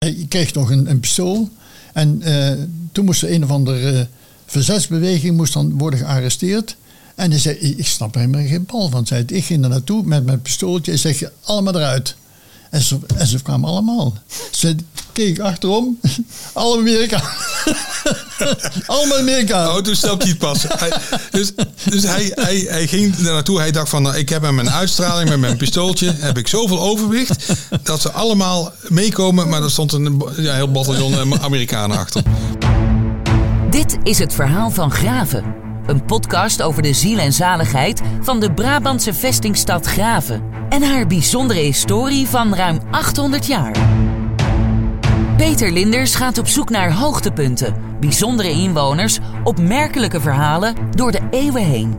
Hij kreeg nog een pistool. En toen moest er een of andere verzetsbeweging moest dan worden gearresteerd. En hij zei, ik snap er helemaal geen bal van. Zei, ik ging er naartoe met mijn pistooltje en zeg, allemaal eruit. En ze kwamen allemaal. Ze keek achterom. Alle Amerikanen. Allemaal Amerikanen. Oh, toen snapte hij het pas. Dus hij ging daar naartoe. Hij dacht van, ik heb met mijn uitstraling, met mijn pistooltje, heb ik zoveel overwicht, dat ze allemaal meekomen. Maar er stond een heel bataljon Amerikanen achter. Dit is het verhaal van Graven. Een podcast over de ziel en zaligheid van de Brabantse vestingstad Graven. En haar bijzondere historie van ruim 800 jaar. Peter Linders gaat op zoek naar hoogtepunten, bijzondere inwoners, opmerkelijke verhalen door de eeuwen heen.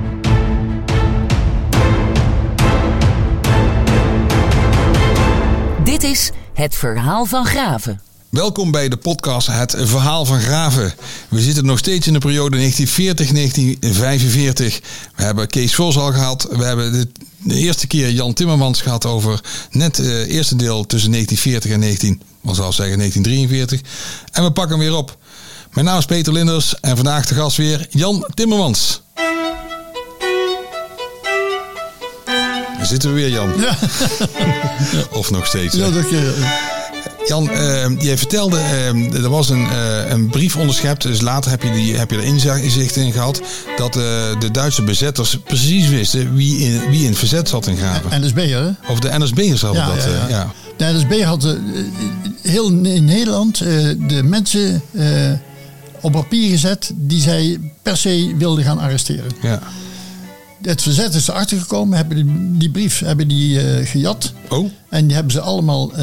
Dit is het verhaal van Graven. Welkom bij de podcast Het Verhaal van Graven. We zitten nog steeds in de periode 1940-1945. We hebben Kees Vos al gehad. We hebben de eerste keer Jan Timmermans gehad over net het eerste deel tussen 1940 en 1943. En we pakken hem weer op. Mijn naam is Peter Linders en vandaag de gast weer Jan Timmermans. Daar zitten we weer, Jan. Ja. Of nog steeds. Ja, dat Jan, jij vertelde, er was een brief onderschept, dus later heb je er inzicht in gehad, dat de Duitse bezetters precies wisten wie in het verzet zat in Graven. NSB'er, hè? Of de NSB'ers hadden dat. Ja. De NSB had heel in Nederland de mensen op papier gezet die zij per se wilden gaan arresteren. Ja. Het verzet is erachter gekomen, hebben die brief gejat. Oh. En die hebben ze allemaal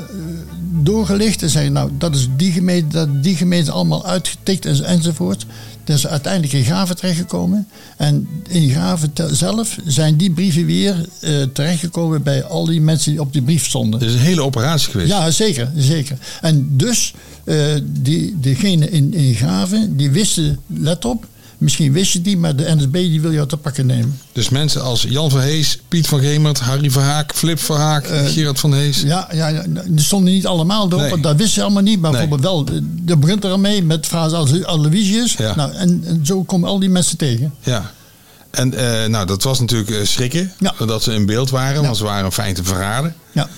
doorgelicht en zeggen, nou, dat is die gemeente allemaal uitgetikt enzovoort. Dat is uiteindelijk in Graven terechtgekomen. En in Graven zelf zijn die brieven weer terechtgekomen bij al die mensen die op die brief stonden. Dat is een hele operatie geweest. Ja, zeker. En dus, diegene in Graven, die wisten, let op, misschien wist je die, maar de NSB die wil jou te pakken nemen. Dus mensen als Jan van Hees, Piet van Gemert, Harry Verhaak, Flip Verhaak, Gerard van Hees. Ja, die stonden niet allemaal door, want dat wisten ze allemaal niet. Maar bijvoorbeeld wel, dat begint er al mee met Frans Aloysius. Ja. Nou, en zo komen al die mensen tegen. Ja. En dat was natuurlijk schrikken, dat ze in beeld waren, want ze waren in feite verraden. Ja.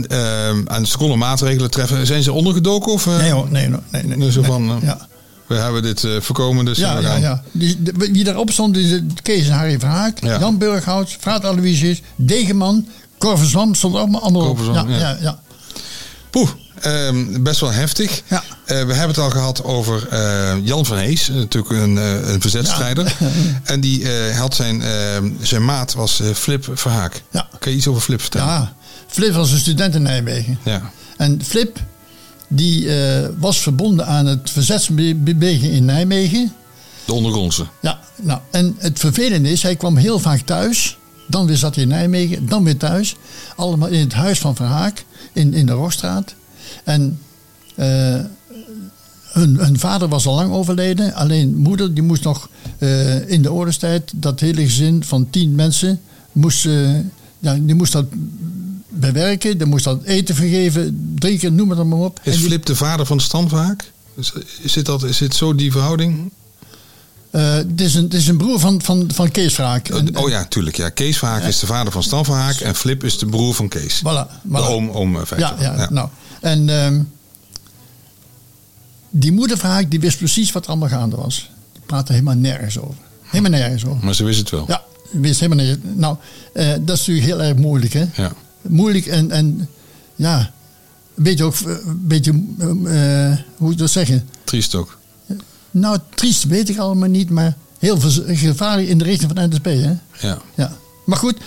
En ze konden maatregelen treffen. Zijn ze ondergedoken? Of, nee hoor, nee. Zo van, we hebben dit voorkomen, dus we gaan. Ja. Wie daarop stond is Kees en Harry Verhaak, Jan Burghout, Fraat Aloysius, Degeman, Cor van Zwam stond allemaal op. Ja. Poeh, best wel heftig. Ja. We hebben het al gehad over Jan van Hees, natuurlijk een verzetstrijder. Ja. En die had zijn maat was Flip Verhaak. Ja. Kan je iets over Flip vertellen? Ja, Flip was een student in Nijmegen. Ja. En Flip, die was verbonden aan het verzetsbeweging in Nijmegen. De ondergrondse. Ja, nou, en het vervelende is, hij kwam heel vaak thuis. Dan weer zat hij in Nijmegen, dan weer thuis. Allemaal in het huis van Verhaak, in de Rogstraat. En hun vader was al lang overleden. Alleen moeder, die moest nog in de oorlogstijd, dat hele gezin van 10 mensen, die moest dat bewerken, dan moest dat eten vergeven, drinken, noem het maar op. Is Flip de vader van Stan Verhaak? Is zo die verhouding? Het is een broer van Kees Verhaak. Ja, tuurlijk. Ja. Kees Verhaak is de vader van Stan Verhaak en Flip is de broer van Kees. Voilà. De oom feitelijk. Ja. Nou. En die moeder Verhaak, die wist precies wat er allemaal gaande was. Die praatte helemaal nergens over. Maar ze wist het wel. Ja, wist helemaal niet. Nou, dat is natuurlijk heel erg moeilijk, hè? Ja. Moeilijk en ja, een beetje hoe ik dat zeggen? Triest ook. Nou, triest weet ik allemaal niet, maar heel gevaarlijk in de richting van NSB, hè? Ja. Maar goed,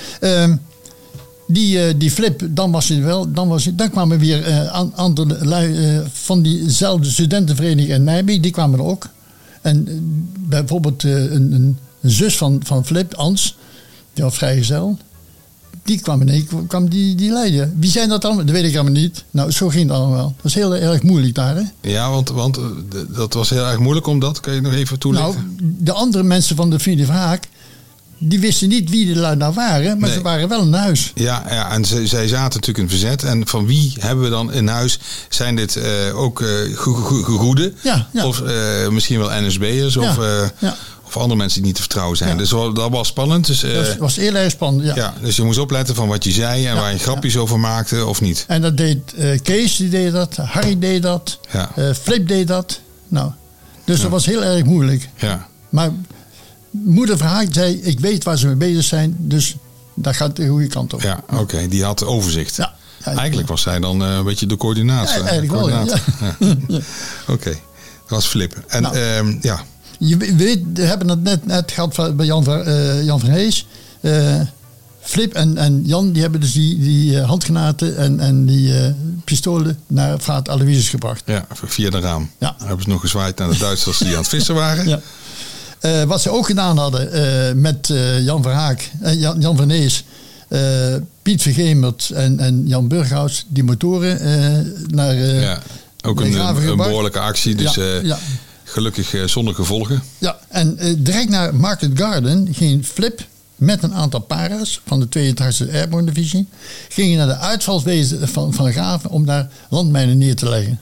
die Flip, dan kwamen weer andere lui van diezelfde studentenvereniging in Nijmegen, die kwamen er ook. En bijvoorbeeld een zus van Flip, Ans, die was vrijgezel. Die kwam die leiden. Wie zijn dat dan? Dat weet ik allemaal niet. Nou, zo ging het allemaal. Dat is heel erg moeilijk daar, hè? Ja, want dat was heel erg moeilijk om dat. Kan je nog even toelichten? Nou, de andere mensen van de familie Verhaak, die wisten niet wie de lui nou waren, maar ze waren wel in huis. Ja, en zij zaten natuurlijk in verzet. En van wie hebben we dan in huis? Zijn dit ook gegoeden? Ja. Of misschien wel NSB'ers? Of andere mensen die niet te vertrouwen zijn. Ja. Dus dat was spannend. Dus, dat was heel erg spannend, ja. Dus je moest opletten van wat je zei en waar je grapjes over maakte of niet. En dat deed Kees, die deed dat. Harry deed dat. Ja. Flip deed dat. Nou, dus dat was heel erg moeilijk. Ja. Maar moeder Verhaak zei, ik weet waar ze mee bezig zijn. Dus dat gaat de goede kant op. Ja, oké. Die had overzicht. Ja. Eigenlijk was zij dan een beetje de coördinator. Ja, eigenlijk wel, ja. Oké. Dat was Flip. En ja... Je weet, we hebben het net gehad bij Jan van Hees. Flip en Jan die hebben dus die handgranaten en die pistolen naar Vaart Aloysius gebracht. Ja, via de raam. Ja. Dan hebben ze nog gezwaaid naar de Duitsers die aan het vissen waren. Ja. Wat ze ook gedaan hadden met Jan Verhaak, Jan van Hees, Piet Vergemert en Jan Burghuis, die motoren naar ook een behoorlijke actie. Dus gelukkig zonder gevolgen. Ja, en direct naar Market Garden ging Flip met een aantal para's van de 82e Airborne Divisie. Gingen naar de uitvalswezen van Graven om daar landmijnen neer te leggen.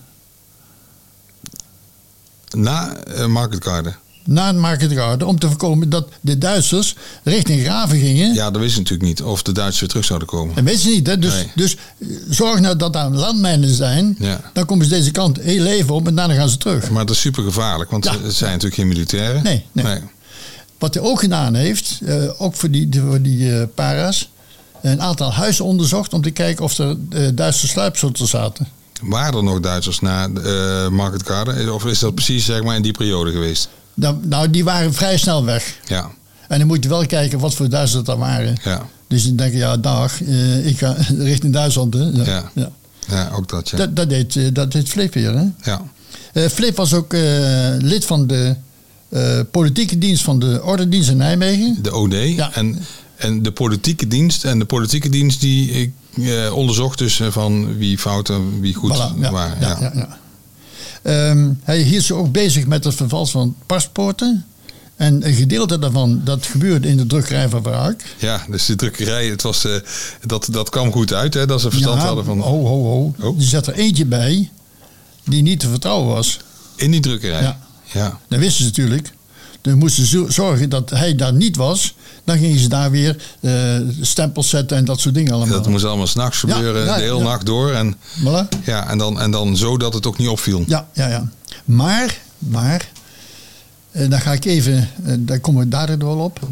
Na Market Garden? Na het Market Garden, om te voorkomen dat de Duitsers richting Graven gingen. Ja, dat wisten ze natuurlijk niet of de Duitsers weer terug zouden komen. Dat wisten ze niet, hè? Dus zorg nou dat daar landmijnen zijn. Ja. Dan komen ze deze kant heel even op en daarna gaan ze terug. Maar dat is super gevaarlijk, want het zijn natuurlijk geen militairen. Nee. Wat hij ook gedaan heeft, ook voor die para's, een aantal huizen onderzocht om te kijken of er Duitse sluipschutters zaten. Waren er nog Duitsers na Market Garden? Of is dat precies zeg maar in die periode geweest? Nou, die waren vrij snel weg. Ja. En dan moet je wel kijken wat voor Duitsers dat waren. Ja. Dus dan denk je, ik ga richting Duitsland. Hè. Ja, ook dat, ja. Dat deed Flip weer, hè? Ja. Flip was ook lid van de politieke dienst van de Ordendienst in Nijmegen. De OD. Ja. En de politieke dienst. En de politieke dienst die onderzocht dus van wie fout en wie goed waren. Ja. Hij hield zich ook bezig met het vervals van paspoorten. En een gedeelte daarvan, dat gebeurde in de drukkerij van Verhaak. Ja, dus de drukkerij, het was, dat kwam goed uit, hè, dat ze verstand hadden van... Oh. Er zat er eentje bij die niet te vertrouwen was. In die drukkerij? Ja. Dat wisten ze natuurlijk. Dan moesten ze zorgen dat hij daar niet was. Dan gingen ze daar weer stempels zetten en dat soort dingen allemaal. Dat moest allemaal 's nachts gebeuren, de hele nacht door. En, voilà. Ja, en dan zo dat het ook niet opviel. Ja. Maar dan ga ik even, daar komen we daar wel op.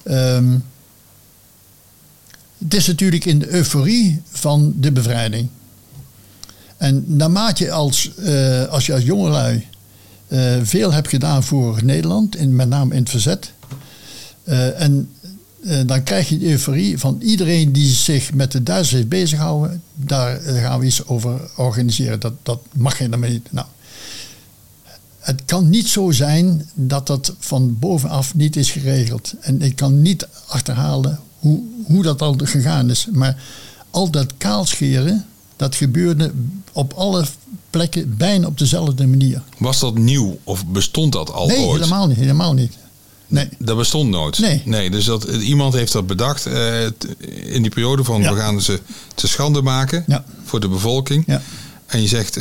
Het is natuurlijk in de euforie van de bevrijding. En naarmate je als je als jongelui veel hebt gedaan voor Nederland, met name in het verzet. Dan krijg je de euforie van iedereen die zich met de Duitsers heeft bezighouden. Daar gaan we iets over organiseren. Dat mag je daarmee niet. Nou, het kan niet zo zijn dat dat van bovenaf niet is geregeld. En ik kan niet achterhalen hoe dat al gegaan is. Maar al dat kaalscheren, dat gebeurde op alle plekken bijna op dezelfde manier. Was dat nieuw of bestond dat al ooit? Nee, helemaal niet. Nee. Dat bestond nooit? Nee, dus iemand heeft dat bedacht in die periode van we gaan ze te schande maken voor de bevolking. Ja. En je zegt,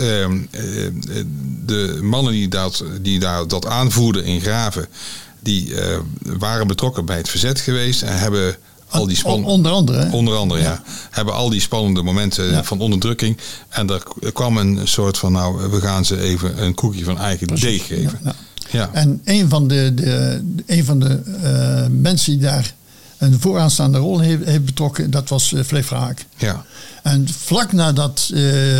de mannen die dat aanvoerden in Graven, die waren betrokken bij het verzet geweest en hebben al die onder andere, ja. Hebben al die spannende momenten van onderdrukking. En er kwam een soort van, we gaan ze even een koekje van eigen deeg geven. Ja. En een van de mensen die daar een vooraanstaande rol heeft betrokken, dat was Flip Verhaak. Ja. En vlak nadat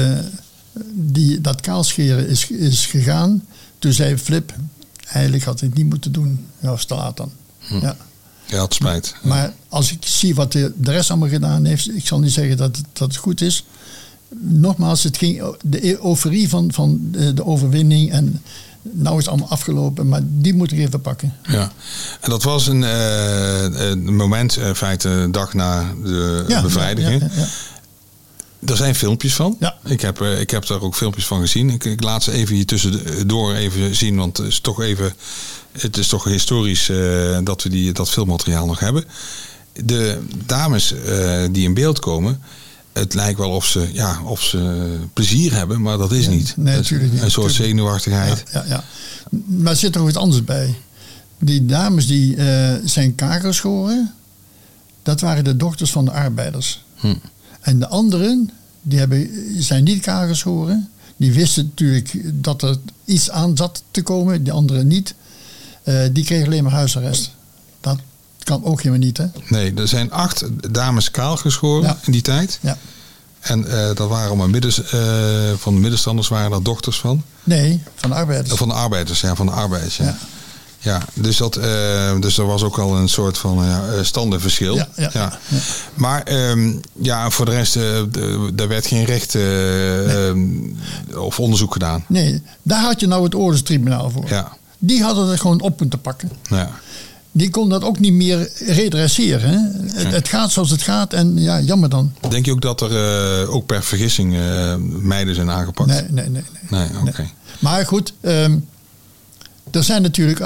dat kaalscheren is gegaan, toen zei Flip, eigenlijk had hij het niet moeten doen. Ja, was te laat dan. Ja. Ja, het spijt. Maar als ik zie wat de rest allemaal gedaan heeft, ik zal niet zeggen dat het goed is. Nogmaals, het ging de euforie van de overwinning en nou is het allemaal afgelopen, maar die moet ik even pakken. Ja, en dat was een moment, in feite een dag na de bevrijding. Ja. Er zijn filmpjes van. Ja. Ik heb daar ook filmpjes van gezien. Ik laat ze even hier tussendoor even zien, want het is toch historisch dat we dat filmmateriaal nog hebben. De dames die in beeld komen, het lijkt wel of ze plezier hebben, maar dat is niet. Nee, natuurlijk niet. Een soort zenuwachtigheid. Ja. Maar er zit er ook iets anders bij. Die dames die zijn kakelgeschoren, dat waren de dochters van de arbeiders. En de anderen, zijn niet kakelgeschoren. Die wisten natuurlijk dat er iets aan zat te komen. Die anderen niet. Die kregen alleen maar huisarrest. Dat kan ook helemaal niet, hè? Nee, er zijn 8 dames kaal geschoren in die tijd. Ja. En dat waren allemaal van de middenstanders waren daar dochters van? Nee, van de arbeiders. Van de arbeiders, ja. Van de arbeiders, ja. Ja, dus er was ook al een soort van standenverschil. Ja. Maar voor de rest, daar werd geen recht of onderzoek gedaan. Nee, daar had je nou het oorlogstribunaal voor. Ja. Die hadden er gewoon op moeten pakken. Ja. Die kon dat ook niet meer redresseren. Hè? Het gaat zoals het gaat en ja, jammer dan. Denk je ook dat er ook per vergissing meiden zijn aangepakt? Nee, oké. Maar goed, er zijn natuurlijk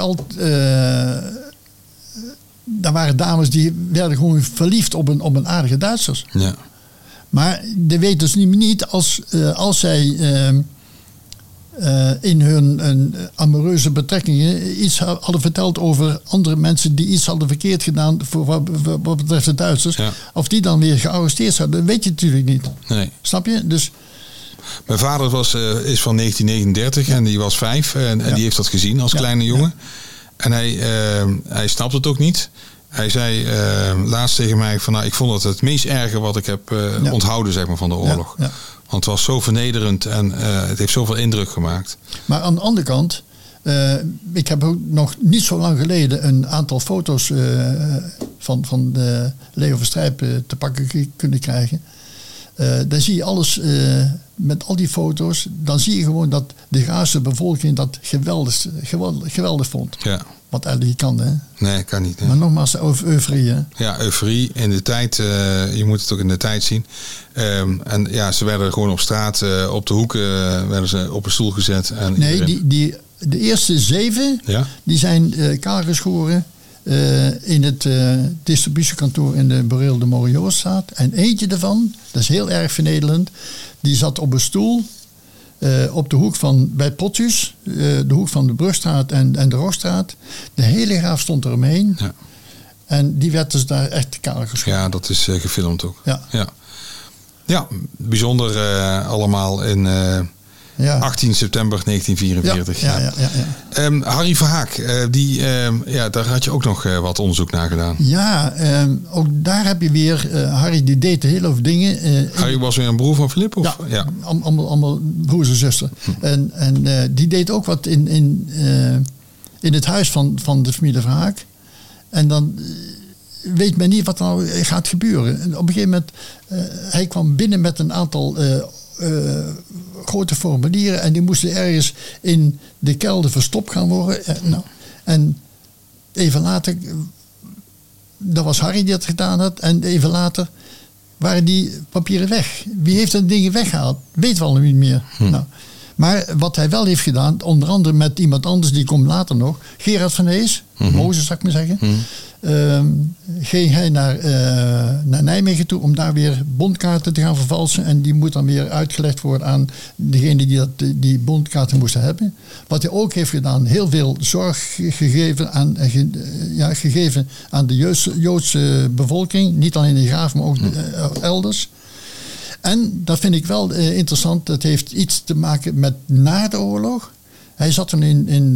daar waren dames die werden gewoon verliefd op een aardige Duitsers. Ja. Maar die weten dus niet als zij in hun amoureuze betrekkingen iets hadden verteld over andere mensen die iets hadden verkeerd gedaan voor wat betreft de Duitsers. Ja. Of die dan weer gearresteerd zouden, dat weet je natuurlijk niet. Nee. Snap je? Dus mijn vader is van 1939 en die was 5 en die heeft dat gezien als kleine jongen. Ja. En hij snapt het ook niet. Hij zei laatst tegen mij van ik vond het meest erge wat ik heb onthouden zeg maar, van de oorlog. Ja. Want het was zo vernederend en het heeft zoveel indruk gemaakt. Maar aan de andere kant, ik heb ook nog niet zo lang geleden een aantal foto's van de Leo Verstrijp te pakken kunnen krijgen. Dan zie je alles met al die foto's. Dan zie je gewoon dat de Gaza bevolking dat geweldig vond. Ja. Wat eigenlijk kan, hè? Nee, kan niet. Hè? Maar nogmaals, euforie, hè? Ja, euforie. In de tijd, je moet het ook in de tijd zien. En ja, ze werden gewoon op straat, op de hoeken, werden ze op een stoel gezet. En de eerste 7, die zijn kaalgeschoren in het distributiekantoor in de Boreel de Moriotstraat. En eentje daarvan, dat is heel erg vernederend, die zat op een stoel op de hoek bij Potjus, de hoek van de Brugstraat en de Roosstraat. De hele graaf stond er omheen. Ja. En die werd dus daar echt kaal geschoren. Ja, dat is gefilmd ook. Ja, bijzonder allemaal in 18 september 1944. Ja. Harry Verhaak, daar had je ook nog wat onderzoek naar gedaan. Ja, ook daar heb je weer... Harry die deed heel veel dingen. Harry was weer een broer van Filip? Of? Ja. Allemaal broers en zuster. En die deed ook wat in het huis van de familie Verhaak. En dan weet men niet wat er nou gaat gebeuren. En op een gegeven moment, hij kwam binnen met een aantal grote formulieren en die moesten ergens in de kelder verstopt gaan worden. En even later, dat was Harry die dat gedaan had, en even later waren die papieren weg. Wie heeft dat dingen weggehaald? Weten we al niet meer. Maar wat hij wel heeft gedaan, onder andere met iemand anders, die komt later nog, Gerard van Hees, Mozes zou ik maar zeggen, ging hij naar Nijmegen toe om daar weer bondkaarten te gaan vervalsen. En die moet dan weer uitgelegd worden aan degene die bondkaarten moesten hebben. Wat hij ook heeft gedaan, heel veel zorg gegeven aan de Joodse bevolking. Niet alleen in Graaf, maar ook elders. En dat vind ik wel interessant. Dat heeft iets te maken met na de oorlog. Hij zat toen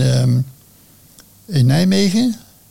in Nijmegen.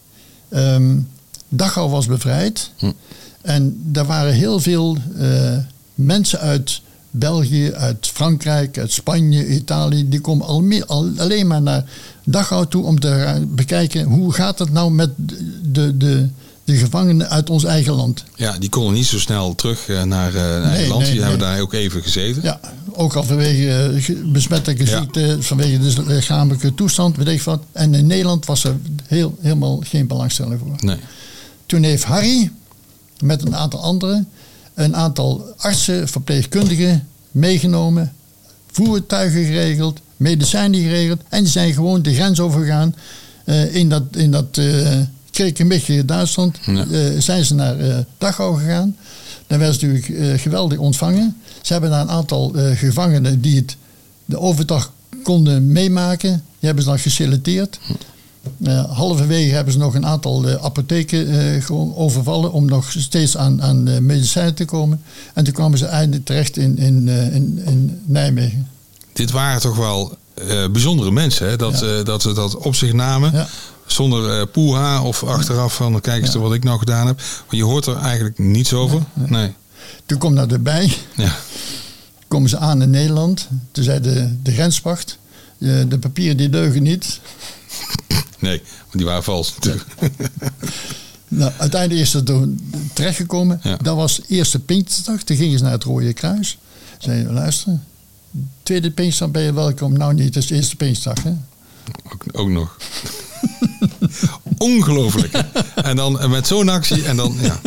Dachau was bevrijd. En daar waren heel veel mensen uit België, uit Frankrijk, uit Spanje, Italië. Die komen alleen maar naar Dachau toe om te bekijken hoe gaat het nou met de gevangenen uit ons eigen land. Ja, die konden niet zo snel terug naar eigen land. Die hebben daar ook even gezeten. Ja, ook al vanwege besmettelijke ziekte, vanwege de lichamelijke toestand, weet ik wat. En in Nederland was er helemaal geen belangstelling voor. Nee. Toen heeft Harry met een aantal anderen een aantal artsen, verpleegkundigen meegenomen, voertuigen geregeld, medicijnen geregeld. En die zijn gewoon de grens overgegaan. In dat Krekenbich, Duitsland, zijn ze naar Dachau gegaan. Daar werden ze natuurlijk geweldig ontvangen. Ze hebben daar een aantal gevangenen die de overdag konden meemaken. Die hebben ze dan geselecteerd. Halverwege hebben ze nog een aantal apotheken gewoon overvallen om nog steeds aan medicijnen te komen. En toen kwamen ze eindelijk terecht in Nijmegen. Dit waren toch wel bijzondere mensen, hè? Dat ze dat op zich namen. Ja. Zonder poeha of achteraf van kijk eens wat ik nou gedaan heb. Want je hoort er eigenlijk niets over. Nee. Toen kwam dat erbij. Ja. Komen ze aan in Nederland. Toen zei de grenswacht, de papieren die deugen niet. Nee, want die waren vals natuurlijk. Nou, uiteindelijk is het er terechtgekomen. Ja. Dat was de eerste Pinksterdag. Toen gingen ze naar het Rode Kruis. Zeiden, luister, tweede Pinksterdag ben je welkom. Nou niet, het is de eerste Pinksterdag. Hè? Ook nog. Ongelooflijk. En dan met zo'n actie en dan, ja.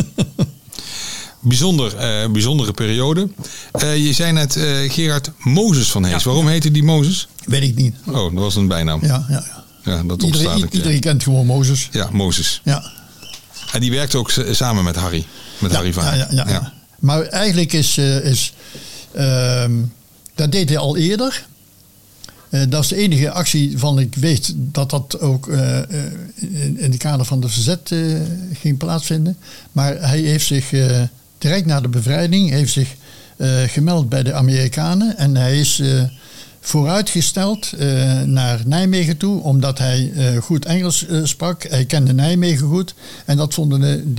Bijzondere periode. Je zei net Gerard Mozes van Hees. Ja. Waarom heette die Mozes? Weet ik niet. Oh, dat was een bijnaam. Ja. Ja, dat iedereen kent gewoon Mozes. Ja, Mozes. Ja. En die werkte ook samen met Harry. Met Harry van. Ja. Maar eigenlijk dat deed hij al eerder. Dat is de enige actie van ik weet dat ook in het kader van de verzet ging plaatsvinden. Maar hij heeft zich direct na de bevrijding heeft zich gemeld bij de Amerikanen. En hij is vooruitgesteld naar Nijmegen toe, omdat hij goed Engels sprak. Hij kende Nijmegen goed. En dat vonden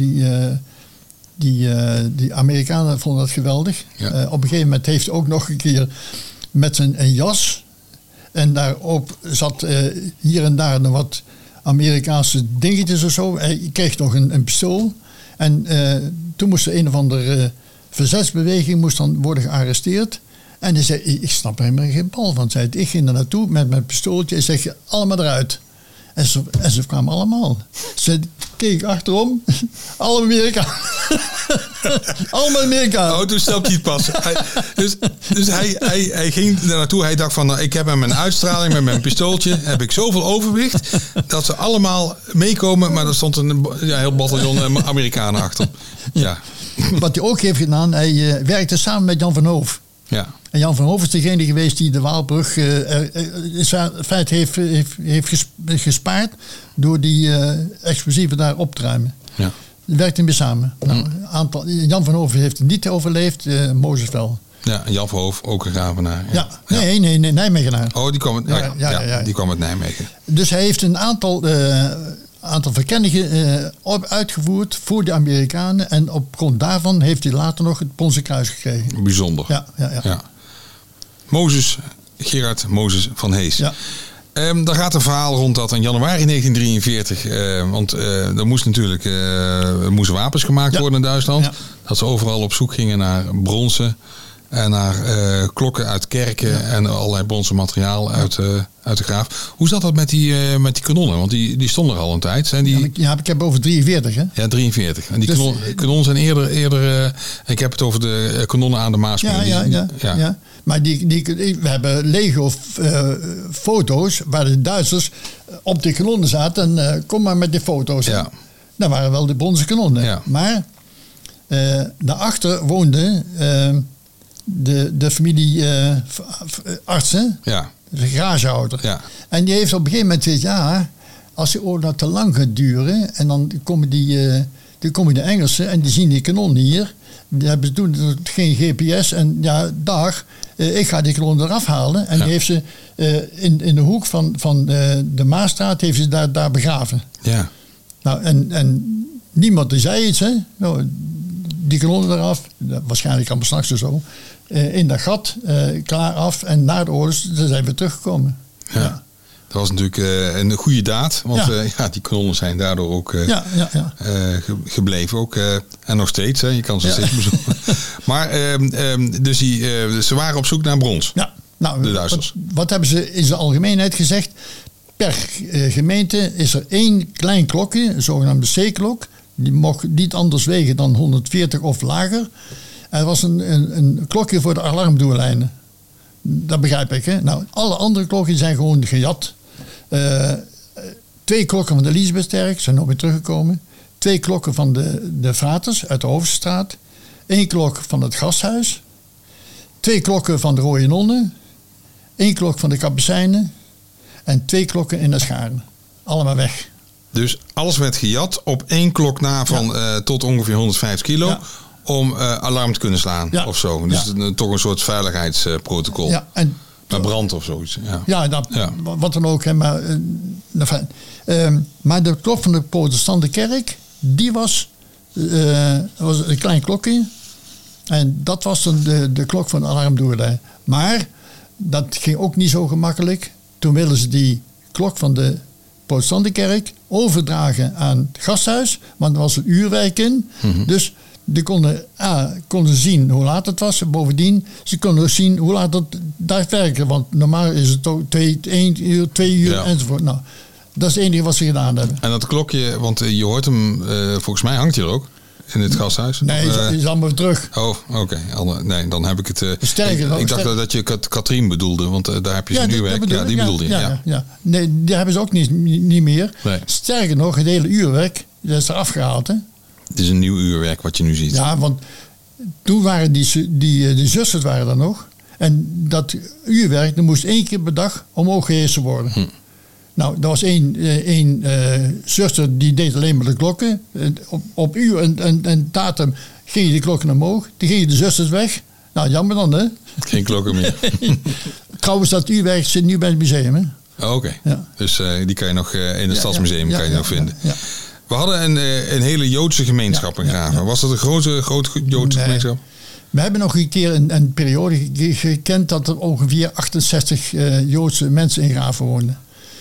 die Amerikanen vonden dat geweldig. Ja. Op een gegeven moment heeft hij ook nog een keer met een jas. En daarop zat hier en daar nog wat Amerikaanse dingetjes of zo. Hij kreeg nog een pistool. En toen moest een of andere verzetsbeweging moest dan worden gearresteerd. En hij zei, ik snap er helemaal geen bal van. Zei, ik ging er naartoe met mijn pistooltje en zeg, allemaal eruit. En ze kwamen allemaal. Ze keek achterom. Alle Amerikanen. Allemaal Amerikanen. Oh, toen snapte hij het pas. Dus hij ging daar naartoe. Hij dacht van, nou, ik heb met mijn uitstraling, met mijn pistooltje, heb ik zoveel overwicht, dat ze allemaal meekomen. Maar er stond een heel bataljon Amerikanen achter. Ja. Wat hij ook heeft gedaan, hij werkte samen met Jan van Hoof. Ja. En Jan van Hoof is degene geweest die de Waalbrug in feite heeft gespaard door die explosieven daar op te ruimen. Ja. Die werkten weer samen. Nou, Jan van Hoof heeft het niet overleefd, Mozes wel. Ja, en Jan van Hoof ook een Gravenaar. Ja. Nee, Nijmegenaar. Oh, die kwam uit Nijmegen. Dus hij heeft een aantal verkenningen uitgevoerd voor de Amerikanen. En op grond daarvan heeft hij later nog het Prinsenkruis gekregen. Bijzonder. Ja. Mozes, Gerard Mozes van Hees. Ja. Daar gaat een verhaal rond dat in januari 1943... want er moesten wapens gemaakt worden in Duitsland. Ja. Dat ze overal op zoek gingen naar bronzen... En naar klokken uit kerken en allerlei bronzen materiaal uit de graaf. Hoe zat dat met die kanonnen? Want die stonden er al een tijd. Zijn die... ik heb over 43, hè? Ja, 43. En die kanonnen zijn eerder ik heb het over de kanonnen aan de Maasmeer. Ja. Maar we hebben legio foto's waar de Duitsers op de kanonnen zaten. En kom maar met die foto's. Ja. Dat waren wel de bronzen kanonnen. Ja. Maar daarachter woonde... De familie artsen, de garagehouder. Ja. En die heeft op een gegeven moment gezegd, als die oorlog te lang gaat duren en dan komen de Engelsen en die zien die kanon hier. Die hebben toen geen GPS en ik ga die kanon eraf halen. En die heeft ze in de hoek van de Maasstraat heeft ze daar begraven. Ja. Nou, en niemand die zei iets, hè. Nou, die kanonnen eraf, waarschijnlijk allemaal s'nachts of zo, in dat gat, klaar af. En na de oorlog zijn we teruggekomen. Ja. Dat was natuurlijk een goede daad, want die kanonnen zijn daardoor ook gebleven. Ook, en nog steeds, je kan ze steeds bezoeken. Maar dus ze waren op zoek naar brons, de Duitsers. Wat hebben ze in zijn algemeenheid gezegd? Per gemeente is er 1 klein klokje, een zogenaamde C-klok. Die mocht niet anders wegen dan 140 of lager. Er was een klokje voor de alarmdoorlijnen. Dat begrijp ik, hè. Nou, alle andere klokken zijn gewoon gejat. 2 klokken van de Elisabethsterk zijn nog weer teruggekomen. 2 klokken van de Fraters uit de Hoofdstraat. 1 klok van het Gasthuis. 2 klokken van de Rode Nonnen. 1 klok van de Kapucijnen. En 2 klokken in de Scharen. Allemaal weg. Dus alles werd gejat op 1 klok na van tot ongeveer 150 kilo. Ja. Om alarm te kunnen slaan of zo. Dus toch een soort veiligheidsprotocol. Ja, maar brand of zoiets. Wat dan ook. Hè, maar de klok van de protestante kerk, die was een klein klokje. En dat was dan de klok van de alarmdoorlijn. Maar dat ging ook niet zo gemakkelijk. Toen wilden ze die klok van de protestante kerk overdragen aan het gasthuis. Want er was een uurwerk in. Mm-hmm. Dus die konden zien hoe laat het was. Bovendien, ze konden ook zien hoe laat het daadwerkelijk. Want normaal is het ook 1 uur, 2 uur enzovoort. Nou, dat is het enige wat ze gedaan hebben. En dat klokje, want je hoort hem, volgens mij hangt hij er ook. In het gasthuis? Nee, is allemaal weer terug. Oh, oké. Nee, dan heb ik het... ik dacht dat je Katrien bedoelde, want daar heb je zijn uurwerk. Ja, die bedoelde je. Ja. Nee, die hebben ze ook niet meer. Nee. Sterker nog, het hele uurwerk, dat is eraf gehaald. Hè? Het is een nieuw uurwerk wat je nu ziet. Ja, want toen waren die zusters waren er nog. En dat uurwerk, dat moest 1 keer per dag omhoog gehezen worden. Nou, er was één zuster die deed alleen maar de klokken. Op uur en datum gingen die klokken omhoog. Die gingen de zusters weg. Nou, jammer dan, hè? Geen klokken meer. Trouwens, dat uurwerk zit nu bij het museum, hè? Oh, oké. Ja. Dus die kan je nog in het Stadsmuseum kan je nog vinden. Ja. We hadden een hele Joodse gemeenschap in Graven. Was dat een grote Joodse gemeenschap? We hebben nog een keer een periode gekend dat er ongeveer 68 Joodse mensen in Graven woonden.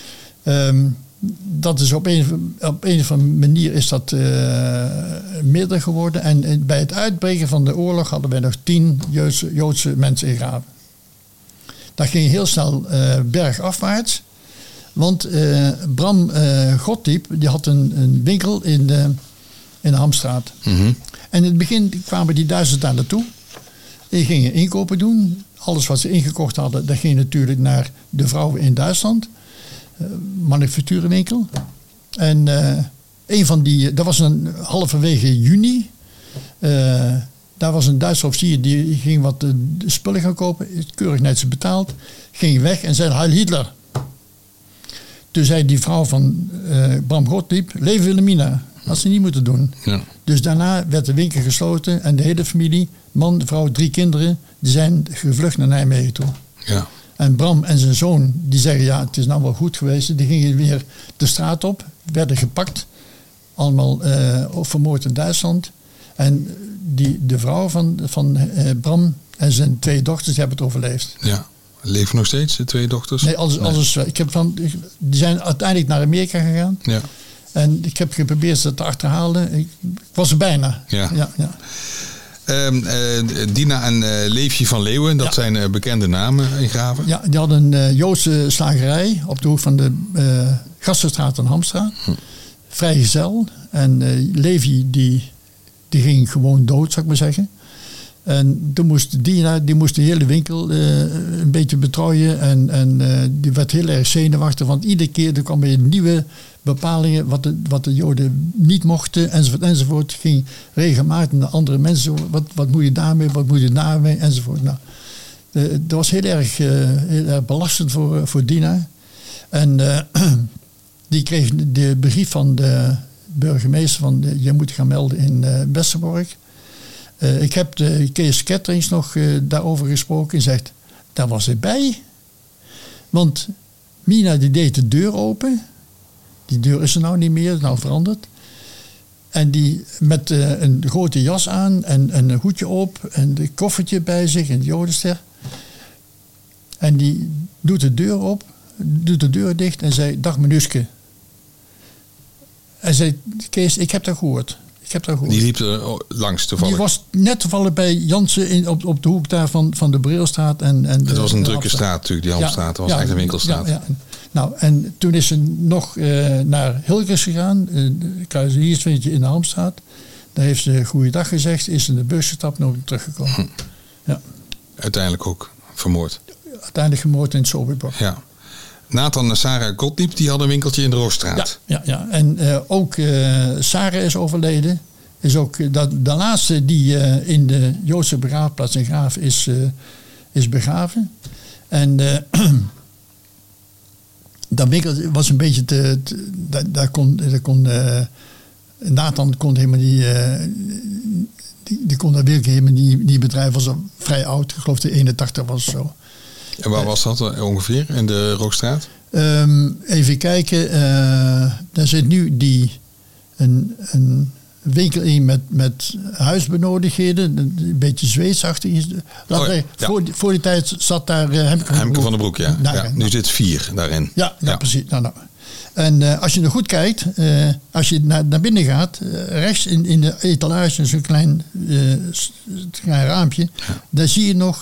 Dat is op een of andere manier is dat minder geworden. En bij het uitbreken van de oorlog hadden wij nog 10 Joodse mensen in Graven. Dat ging heel snel bergafwaarts. Want Bram Gottlieb die had een winkel in de Hamstraat. Mm-hmm. En in het begin kwamen die Duitsers daar naartoe. Die gingen inkopen doen. Alles wat ze ingekocht hadden, dat ging natuurlijk naar de vrouwen in Duitsland. Manufacturenwinkel. En een van die, dat was een halverwege juni. Daar was een Duitse officier die ging wat spullen gaan kopen. Keurig netjes betaald. Ging weg en zei Heil Hitler. Toen zei die vrouw van Bram Gottlieb, leven Wilhelmina. Dat had ze niet moeten doen. Ja. Dus daarna werd de winkel gesloten en de hele familie, man, vrouw, 3 kinderen, die zijn gevlucht naar Nijmegen toe. Ja. En Bram en zijn zoon, die zeggen, ja, het is nou wel goed geweest. Die gingen weer de straat op, werden gepakt. Allemaal vermoord in Duitsland. En de vrouw van Bram en zijn 2 dochters, die hebben het overleefd. Ja. Leven nog steeds, de 2 dochters? Nee, alles. Die zijn uiteindelijk naar Amerika gegaan. Ja. En ik heb geprobeerd ze te achterhalen. Ik was er bijna. Ja. Dina en Leefje van Leeuwen, dat zijn bekende namen in Graven. Ja, die hadden een Joodse slagerij op de hoek van de Gastenstraat en Hamstraat. Vrijgezel. En Leefje die ging gewoon dood, zou ik maar zeggen. En toen moest Dina de hele winkel een beetje betrooien. En die werd heel erg zenuwachtig. Want iedere keer er kwam weer nieuwe bepalingen wat de Joden niet mochten. Enzovoort. Ging regelmatig naar andere mensen. Wat moet je daarmee, wat moet je daarmee, enzovoort. Nou, dat was heel erg belastend voor Dina. En die kreeg de brief van de burgemeester van je moet gaan melden in Westerbork. Ik heb de Kees Ketterings nog daarover gesproken. En zegt, daar was ik bij. Want Mina die deed de deur open. Die deur is er nou niet meer, is nou veranderd. En die met een grote jas aan en een hoedje op. En een koffertje bij zich en de Jodenster. En die doet de deur dicht en zei, dag menuske. En zei, Kees, ik heb dat gehoord. Die liep er langs toevallig. Die was net toevallig bij Jansen op de hoek daar van de Brilstraat. Het was een drukke straat natuurlijk, die Hamstraat. Dat was echt een winkelstraat. Ja. Nou, en toen is ze nog naar Hilgers gegaan. Kruiselierswindje in de Hamstraat. Daar heeft ze goeiedag gezegd, is in de bus gestapt en ook teruggekomen. Ja. Uiteindelijk ook vermoord. Uiteindelijk gemoord in het Sobibor. Ja. Nathan en Sarah Gottlieb, die hadden een winkeltje in de Roosstraat. Ja. En ook Sarah is overleden. Is ook de laatste die in de Joodse begraafplaats in Graven is begraven. En dat winkel was een beetje daar kon Nathan kon helemaal die kon dat winkel helemaal niet bedrijven. Was al vrij oud, ik geloof de 81 was of zo. En waar was dat ongeveer? In de Rookstraat? Even kijken. Daar zit nu een winkel in met huisbenodigdheden. Een beetje Zweedsachtig is. Voor die tijd zat daar Hemke van den Broek, ja. Nu zit 4 daarin. Ja, precies. Nou. En als je er goed kijkt, als je naar binnen gaat, rechts in de etalage, zo'n klein raampje, daar zie je nog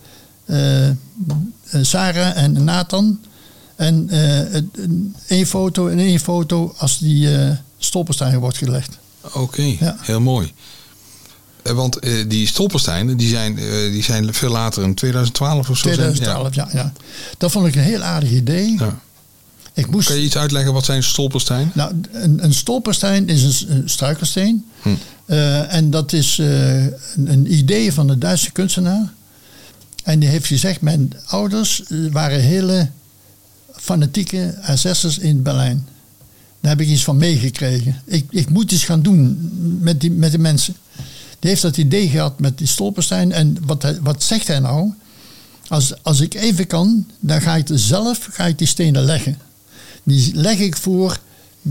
Sarah en Nathan. En één foto als die stolperstein wordt gelegd. Oké, heel mooi. Want die stolpersteinen, die zijn veel later in 2012 of zo. 2012, ja. Dat vond ik een heel aardig idee. Ja. Kan je iets uitleggen, wat zijn stolperstein? Nou, een stolperstein is een struikelsteen. En dat is een idee van een Duitse kunstenaar. En die heeft gezegd, mijn ouders waren hele fanatieke SS'ers in Berlijn. Daar heb ik iets van meegekregen. Ik moet iets gaan doen met die mensen. Die heeft dat idee gehad met die stolperstein. En wat zegt hij nou? Als ik even kan, dan ga ik die stenen leggen. Die leg ik voor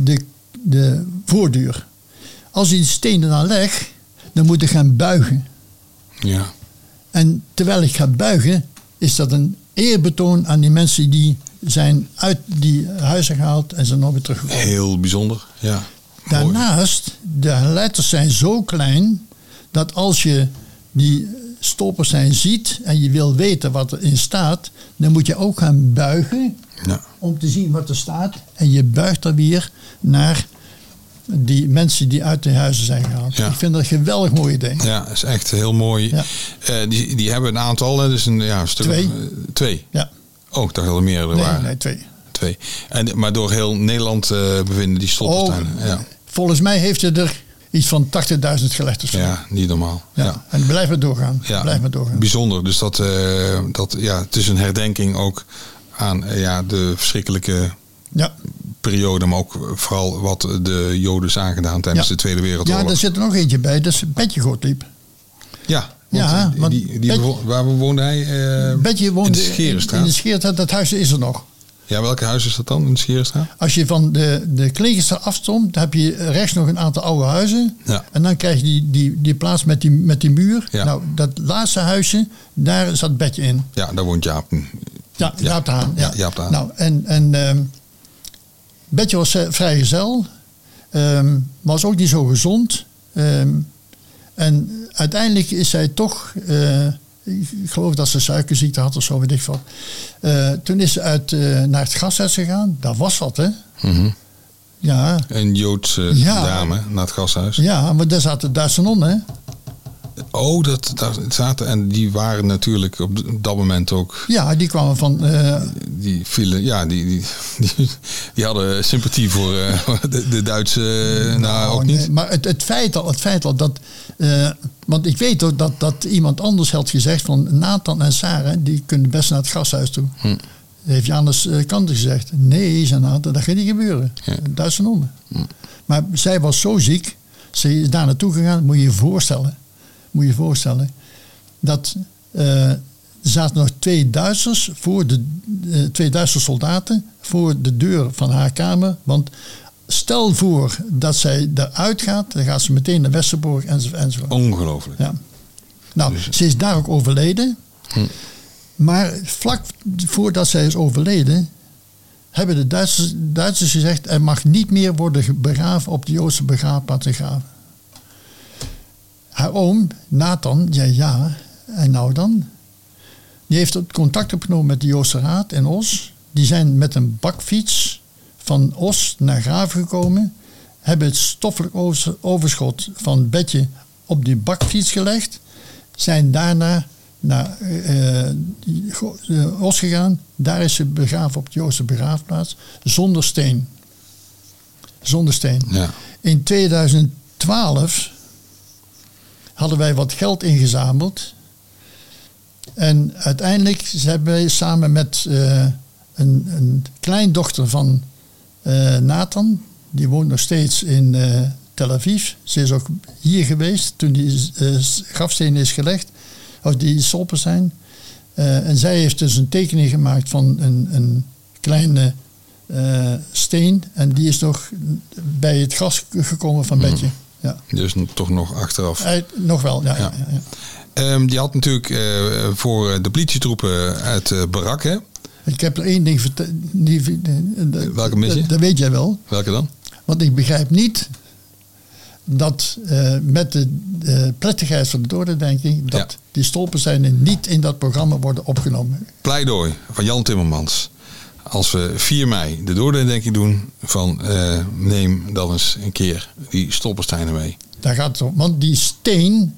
de voordeur. Als ik die stenen dan leg, dan moet ik gaan buigen. Ja. En terwijl ik ga buigen, is dat een eerbetoon aan die mensen die zijn uit die huizen gehaald en zijn nog weer teruggekomen. Heel bijzonder, ja. Daarnaast, de letters zijn zo klein dat als je die stolperstein ziet en je wil weten wat erin staat, dan moet je ook gaan buigen om te zien wat er staat. En je buigt dan weer naar die mensen die uit de huizen zijn gehaald. Ja. Ik vind dat een geweldig mooi idee. Ja, dat is echt heel mooi. Ja. Die hebben een aantal, dus een stuk. Twee? Ja. Oh, ik dacht dat er meer waren. Nee, twee. Maar door heel Nederland bevinden die stolpersteinen. Ja. Volgens mij heeft je er iets van 80.000 gelegd of zo. Ja, niet normaal. Ja. En blijf maar doorgaan. Ja, bijzonder. Dus het is een herdenking ook aan de verschrikkelijke periode, maar ook vooral wat de Joden is aangedaan tijdens de Tweede Wereldoorlog. Ja, daar zit er nog eentje bij. Dat is Betje Gottlieb. Ja, waar woonde hij? Betje woonde in de Scherenstraat. In de Scherenstraat, dat huis is er nog. Ja, welke huis is dat dan in de Scherenstraat? Als je van de Klegerstraat afstond, dan heb je rechts nog een aantal oude huizen. Ja. En dan krijg je die plaats met die muur. Ja. Nou, dat laatste huisje, daar zat Betje in. Ja, daar woont Jaap. Ja, Jaap de Haan. Ja. Jaap de Haan. Nou, en Betje was vrijgezel. Was ook niet zo gezond. En uiteindelijk is zij toch, ik geloof dat ze suikerziekte had of zo, weet ik veel. Toen is ze naar het gasthuis gegaan. Dat was wat, hè? Mm-hmm. Ja. Een Joodse dame naar het gasthuis. Ja, maar daar zaten Duitse nonnen, hè? Oh, daar zaten, en die waren natuurlijk op dat moment ook. Ja, die kwamen van. Die vielen, die hadden sympathie voor de Duitse. Ook niet. Nee, maar het feit al dat. Want ik weet ook dat iemand anders had gezegd van Nathan en Sarah, die kunnen best naar het gasthuis toe. Heeft Janus Kanter gezegd. Nee, zei Nathan, dat gaat niet gebeuren. Ja. Duitse nonnen. Maar zij was zo ziek, ze is daar naartoe gegaan, moet je je voorstellen. Dat er zaten nog twee Duitse soldaten voor de deur van haar kamer. Want stel voor dat zij eruit gaat, dan gaat ze meteen naar Westerbork enzovoort. Ongelooflijk. Ja. Nou, ze is daar ook overleden. Maar vlak voordat zij is overleden, hebben de Duitsers gezegd, er mag niet meer worden begraven op de Joodse begraafplaats in Graven. Haar oom, Nathan, zei ja, en nou dan? Die heeft contact opgenomen met de Joodse Raad in Os. Die zijn met een bakfiets van Os naar Graven gekomen. hebben het stoffelijk overschot van Betje op die bakfiets gelegd. Zijn daarna naar Os gegaan. Daar is ze begraven op de Joodse begraafplaats. Zonder steen. Ja. In 2012 hadden wij wat geld ingezameld. En uiteindelijk hebben wij samen met een kleindochter van Nathan. Die woont nog steeds in Tel Aviv. Ze is ook hier geweest toen die grafsteen is gelegd. Of die stolpen zijn. En zij heeft dus een tekening gemaakt van een kleine steen. En die is nog bij het gras gekomen van Betje. Ja. Dus toch nog achteraf. Nog wel, ja. Die had natuurlijk voor de politietroepen het barak, hè? Ik heb er één ding verteld. Welke mis je? Dat weet jij wel. Welke dan? Want ik begrijp niet dat met de plechtigheid van de doordenking dat die stolpensteinen niet in dat programma worden opgenomen. Pleidooi van Jan Timmermans. Als we 4 mei de doordenking doen van neem dan eens een keer die stolpensteinen mee. Daar gaat het om. Want die steen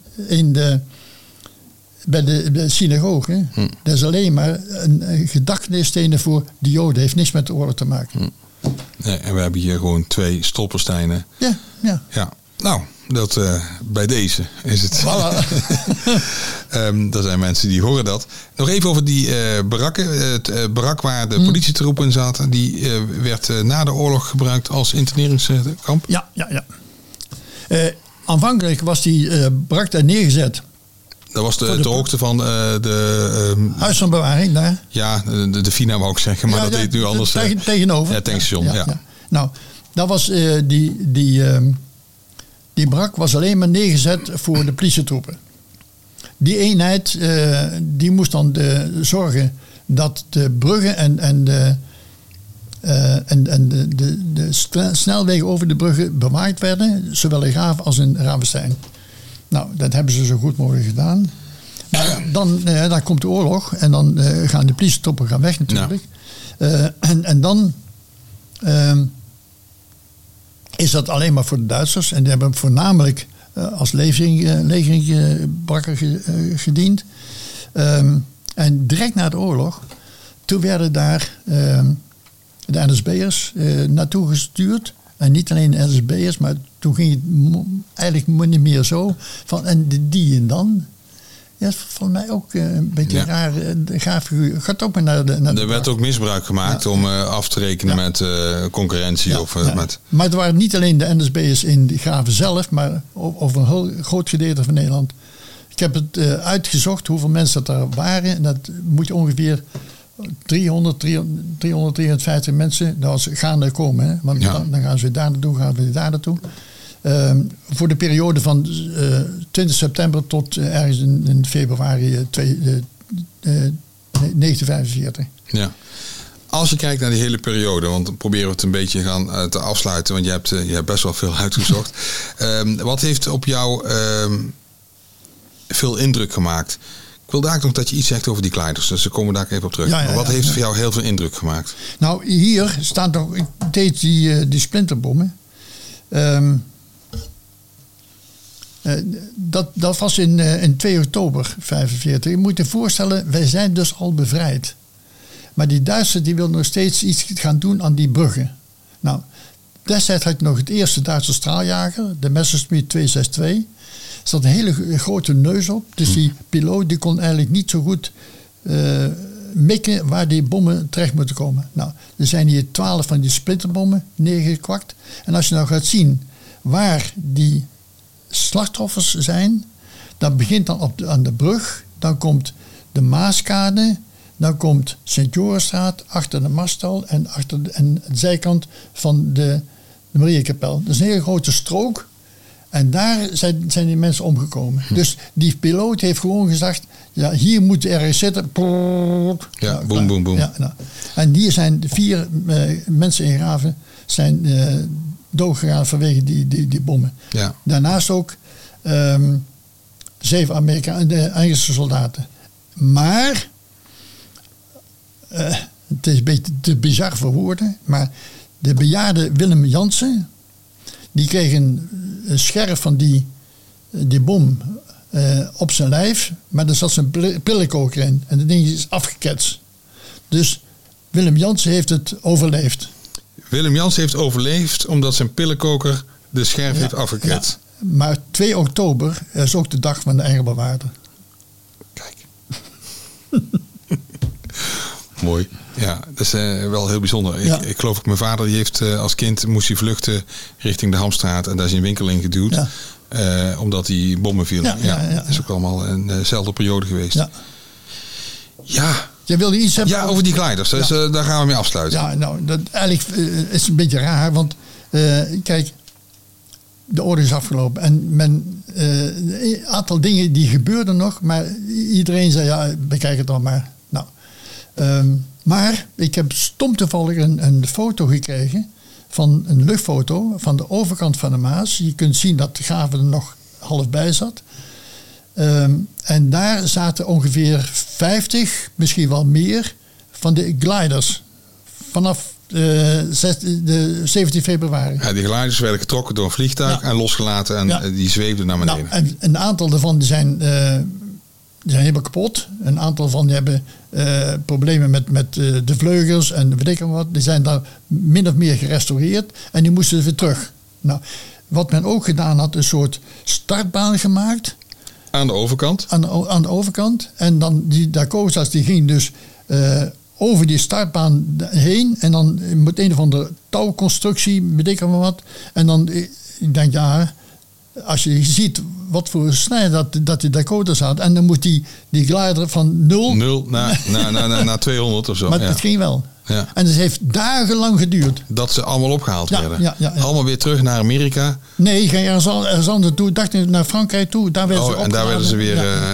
bij de synagoge, dat is alleen maar een gedachtenisstenen voor de Joden. Heeft niks met de oorlog te maken. Nee, en we hebben hier gewoon 2 stolpensteinen. Ja. Nou, dat bij deze is het. Voilà. Er zijn mensen die horen dat. Nog even over die barakken. Het barak waar de politietroepen in zaten, die werd na de oorlog gebruikt als interneringskamp. Ja. Aanvankelijk was die barak daar neergezet. Dat was de hoogte van de... Huis van bewaring daar. Ja, de FINA wou ik zeggen, maar dat deed nu anders. Tegenover. Ja, tankstation, ja. Nou, dat was die barak was alleen maar neergezet voor de politietroepen. Die eenheid die moest dan zorgen dat de bruggen en de snelwegen over de bruggen bewaakt werden, zowel in Graven als in Ravenstein. Nou, dat hebben ze zo goed mogelijk gedaan. Maar dan komt de oorlog en dan gaan de politietroepen weg natuurlijk. Ja. En dan is dat alleen maar voor de Duitsers. En die hebben voornamelijk als legerbrakker gediend. En direct na de oorlog, toen werden daar de NSB'ers naartoe gestuurd. En niet alleen de NSB'ers, maar toen ging het eigenlijk niet meer zo. Van, en die en dan? Ja, voor mij ook een beetje raar. Gaaf figuur. Gaat ook maar naar de er werd ook misbruik gemaakt om af te rekenen met concurrentie. Maar het waren niet alleen de NSB'ers in de Graven zelf, maar over een heel groot gedeelte van Nederland. Ik heb het uitgezocht hoeveel mensen dat er waren. En dat moet je ongeveer 350 mensen dat gaan komen. Hè? Want dan gaan ze daar naartoe, voor de periode van 20 september tot ergens in februari 1945. Ja. Als je kijkt naar die hele periode, want dan proberen we het een beetje te afsluiten, want je hebt best wel veel uitgezocht. Wat heeft op jou veel indruk gemaakt? Ik wil daar nog dat je iets zegt over die kleiders, dus we komen daar even op terug. Maar wat heeft voor jou heel veel indruk gemaakt? Nou, hier staan nog steeds die splinterbommen. Dat was in 2 oktober 1945. Je moet je voorstellen, wij zijn dus al bevrijd. Maar die Duitsers die wilden nog steeds iets gaan doen aan die bruggen. Nou, destijds had je nog het eerste Duitse straaljager, de Messerschmitt 262. Er zat een hele grote neus op. Dus die piloot die kon eigenlijk niet zo goed mikken waar die bommen terecht moeten komen. Nou, er zijn hier 12 van die splinterbommen neergekwakt. En als je nou gaat zien waar die slachtoffers zijn, dan begint dan aan de brug. Dan komt de Maaskade. Dan komt Sint-Jorisstraat achter de Maststal en achter de zijkant van de Mariakapel. Dat is een hele grote strook. En daar zijn die mensen omgekomen. Dus die piloot heeft gewoon gezegd, ja, hier moet ergens zitten. Ja, boem, boem, boem. Ja, nou. En hier zijn 4 mensen in Graven zijn doodgegaan vanwege die bommen. Ja. Daarnaast ook 7 Engelse soldaten. Maar het is een beetje te bizar voor woorden, maar de bejaarde Willem Jansen, Die kreeg een scherf van die bom op zijn lijf. Maar er zat zijn pillenkoker in. En dat ding is afgeketst. Dus Willem Jansen heeft het overleefd. Willem Jansen heeft overleefd omdat zijn pillenkoker de scherf heeft afgeketst. Ja. Maar 2 oktober is ook de dag van de engelbewaarder. Kijk. Mooi. Ja, dat is wel heel bijzonder. Ja. Ik geloof ook mijn vader, die heeft als kind moest hij vluchten richting de Hamstraat. En daar is een winkel in geduwd. Ja. Omdat die bommen vielen. Dat is ook allemaal eenzelfde periode geweest. Ja. Jij wilde iets hebben? Ja, over die glijders. Dus daar gaan we mee afsluiten. Ja, nou, dat eigenlijk is een beetje raar. Want kijk, de oorlog is afgelopen. En een aantal dingen die gebeurden nog. Maar iedereen zei, ja, bekijk het dan maar. Nou, maar ik heb stom toevallig een foto gekregen. Van een luchtfoto van de overkant van de Maas. Je kunt zien dat de Graven er nog half bij zat. En daar zaten ongeveer 50, misschien wel meer, van de gliders. Vanaf de 17 februari. Ja, die gliders werden getrokken door een vliegtuig en losgelaten. En die zweefden naar beneden. Nou, en een aantal daarvan die zijn helemaal kapot. Een aantal van die hebben problemen met de vleugels en weet ik wat. Die zijn daar min of meer gerestaureerd. En die moesten weer terug. Nou, wat men ook gedaan had, een soort startbaan gemaakt. Aan de overkant? Aan de overkant. En dan die Dakota's die gingen dus over die startbaan heen. En dan met een of andere touwconstructie, weet ik wat. En dan, ik denk, ja, als je ziet wat voor snelheid dat die Dakota's had. En dan moet die glider van 0 naar 200 of zo. Maar het ging wel. Ja. En het heeft dagenlang geduurd. Dat ze allemaal opgehaald werden. Ja. Allemaal weer terug naar Amerika. Nee, ging ergens anders toe. Dacht naar Frankrijk toe. Daar werden ze opgehaald. En daar werden ze weer...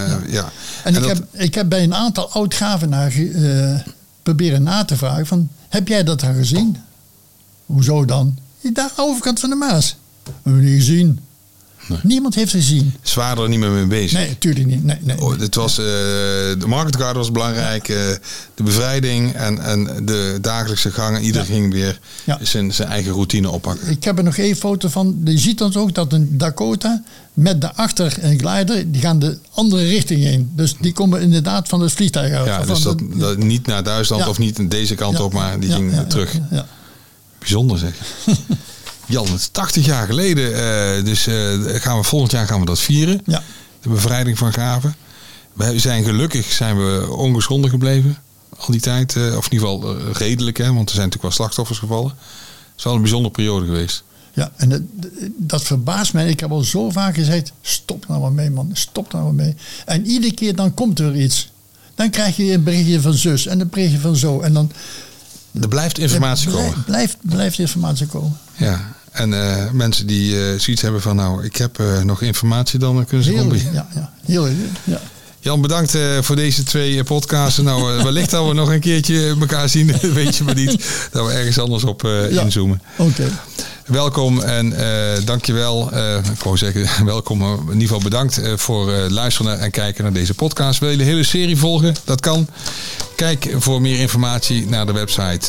En ik heb bij een aantal oud-gravenaren proberen na te vragen van, heb jij dat dan gezien? Hoezo dan? Daar overkant van de Maas. Hebben we niet gezien. Nee. Niemand heeft het gezien. Ze waren er niet meer mee bezig. Nee, natuurlijk niet. Nee. Het was, de Market Garden was belangrijk. De bevrijding en de dagelijkse gangen. Iedereen ging weer zijn eigen routine oppakken. Ik heb er nog één foto van. Je ziet dan ook dat een Dakota met daarachter een glider, die gaan de andere richting heen. Dus die komen inderdaad van het vliegtuig uit. Ja, dus dat niet naar Duitsland of niet deze kant op, maar die ging terug. Ja. Bijzonder zeg. Jan, het is 80 jaar geleden, dus volgend jaar gaan we dat vieren. Ja. De bevrijding van Graven. We zijn gelukkig ongeschonden gebleven al die tijd. Of in ieder geval redelijk, hè, want er zijn natuurlijk wel slachtoffers gevallen. Het is wel een bijzondere periode geweest. Ja, en dat verbaast mij. Ik heb al zo vaak gezegd, stop nou maar mee man, stop nou maar mee. En iedere keer dan komt er iets. Dan krijg je een berichtje van zus en een berichtje van zo. En dan... Er blijft informatie komen. Blijft informatie komen. Ja, en mensen die zoiets hebben van, nou, ik heb nog informatie, dan kunnen ze gewoon... Heel. Jan, bedankt voor deze 2 podcasts. Nou, wellicht dat we nog een keertje elkaar zien, weet je maar niet. Dat we ergens anders op inzoomen. Oké. Welkom en dankjewel. Ik wou zeggen welkom, in ieder geval bedankt voor luisteren en kijken naar deze podcast. Wil je de hele serie volgen? Dat kan. Kijk voor meer informatie naar de website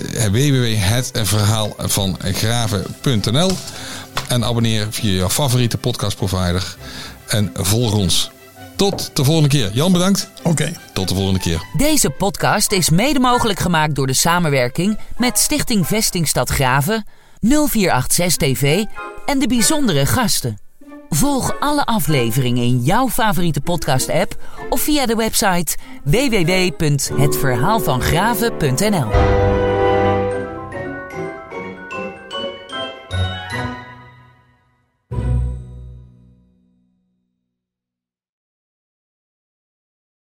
www.hetverhaalvangraven.nl en abonneer via je favoriete podcastprovider en volg ons. Tot de volgende keer. Jan, bedankt. Oké. Tot de volgende keer. Deze podcast is mede mogelijk gemaakt door de samenwerking met Stichting Vestingstad Graven, 0486 TV en de bijzondere gasten. Volg alle afleveringen in jouw favoriete podcast-app of via de website www.hetverhaalvangraven.nl.